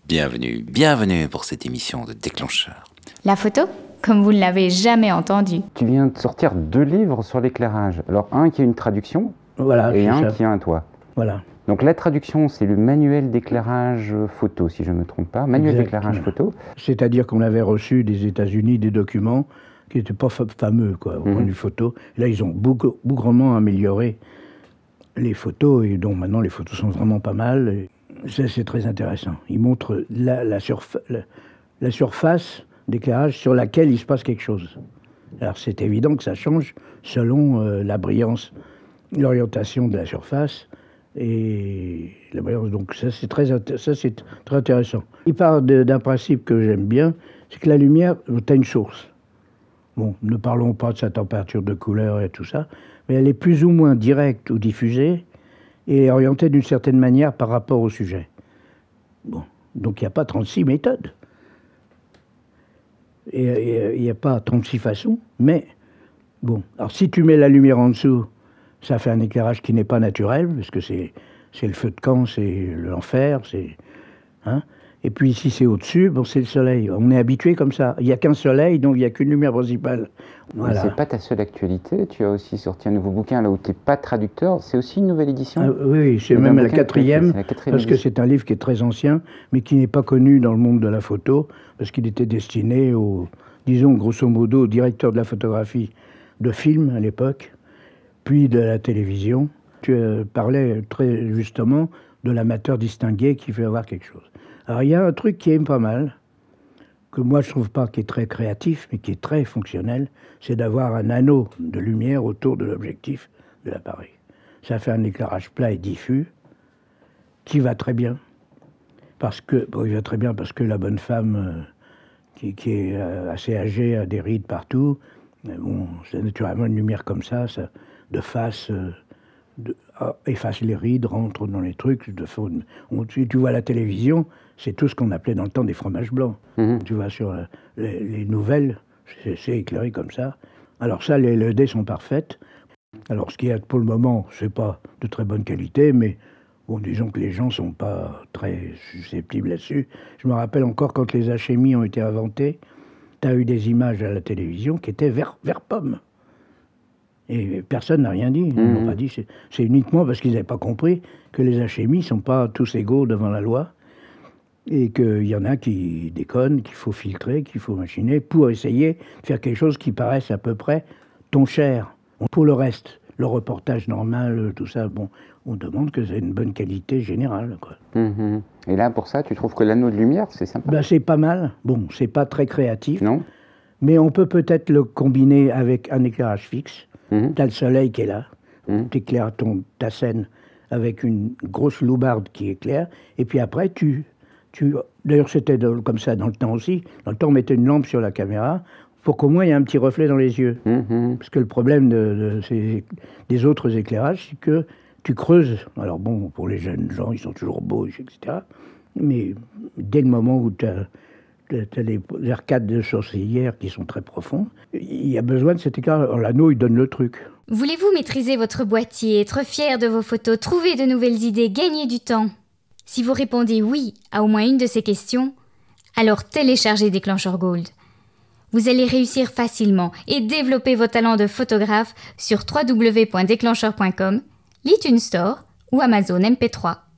Bienvenue pour cette émission de Déclencheur. La photo, comme vous ne l'avez jamais entendu. Tu viens de sortir 2 livres sur l'éclairage. Alors un qui a une traduction et un qui a un toit. Voilà. Donc la traduction, c'est le manuel d'éclairage photo, si je ne me trompe pas. Manuel d'éclairage photo. C'est-à-dire qu'on avait reçu des États-Unis des documents qui n'étaient pas fameux, quoi, au point de vue photo. Là, ils ont grandement amélioré les photos, et donc maintenant les photos sont vraiment pas mal. Et c'est très intéressant. Ils montrent la surface d'éclairage sur laquelle il se passe quelque chose. Alors c'est évident que ça change selon la brillance, l'orientation de la surface et la brillance. Donc ça c'est très intéressant. Il part d'un principe que j'aime bien, c'est que la lumière, tu as une source. Bon, ne parlons pas de sa température de couleur et tout ça, mais elle est plus ou moins directe ou diffusée et orientée d'une certaine manière par rapport au sujet. Bon, donc il n'y a pas 36 méthodes. Et il n'y a pas 36 façons, mais bon. Alors si tu mets la lumière en dessous, ça fait un éclairage qui n'est pas naturel, parce que c'est le feu de camp, c'est l'enfer, hein. Et puis ici c'est au-dessus, bon, c'est le soleil. On est habitué comme ça. Il n'y a qu'un soleil, donc il n'y a qu'une lumière principale. Voilà. C'est pas ta seule actualité. Tu as aussi sorti un nouveau bouquin là où tu n'es pas traducteur. C'est aussi une nouvelle édition. Oui, c'est même la quatrième, parce que c'est un livre qui est très ancien, mais qui n'est pas connu dans le monde de la photo, parce qu'il était destiné disons grosso modo, au directeur de la photographie de film à l'époque, puis de la télévision. Tu parlais très justement de l'amateur distingué qui veut avoir quelque chose. Alors il y a un truc qui est pas mal, que moi je trouve pas qui est très créatif, mais qui est très fonctionnel, c'est d'avoir un anneau de lumière autour de l'objectif de l'appareil. Ça fait un éclairage plat et diffus qui va très bien. Il va très bien parce que la bonne femme qui est assez âgée a des rides partout. Bon, c'est naturellement une lumière comme ça de face... efface les rides, rentre dans les trucs. Tu vois la télévision, c'est tout ce qu'on appelait dans le temps des fromages blancs. Tu vois sur les nouvelles, c'est éclairé comme ça. Alors ça, les LED sont parfaites. Alors ce qu'il y a pour le moment, c'est pas de très bonne qualité, mais bon, disons que les gens sont pas très susceptibles là-dessus. Je me rappelle encore quand les HMI ont été inventés, tu as eu des images à la télévision qui étaient vert pomme. Et personne n'a rien dit. Ils n'ont pas dit. C'est uniquement parce qu'ils n'avaient pas compris que les HMI ne sont pas tous égaux devant la loi et qu'il y en a qui déconnent, qu'il faut filtrer, qu'il faut machiner pour essayer de faire quelque chose qui paraisse à peu près ton cher. Pour le reste, le reportage normal, tout ça, bon, on demande que c'est une bonne qualité générale, quoi. Et là, pour ça, tu trouves que l'anneau de lumière, c'est sympa? Ben, c'est pas mal. Bon, c'est pas très créatif. Non. Mais on peut peut-être le combiner avec un éclairage fixe. T'as le soleil qui est là, t'éclaires ta scène avec une grosse loubarde qui éclaire, et puis après d'ailleurs c'était comme ça dans le temps aussi, dans le temps on mettait une lampe sur la caméra pour qu'au moins il y ait un petit reflet dans les yeux. Parce que le problème des autres éclairages, c'est que tu creuses, alors bon, pour les jeunes gens, ils sont toujours beaux, etc., mais dès le moment où t'as les arcades de chausselières qui sont très profondes. Il y a besoin de cet éclairage. Alors, l'anneau, il donne le truc. Voulez-vous maîtriser votre boîtier, être fier de vos photos, trouver de nouvelles idées, gagner du temps? Si vous répondez oui à au moins une de ces questions, alors téléchargez Déclencheur Gold. Vous allez réussir facilement et développer vos talents de photographe sur www.déclencheur.com, l'iTunes Store ou Amazon MP3.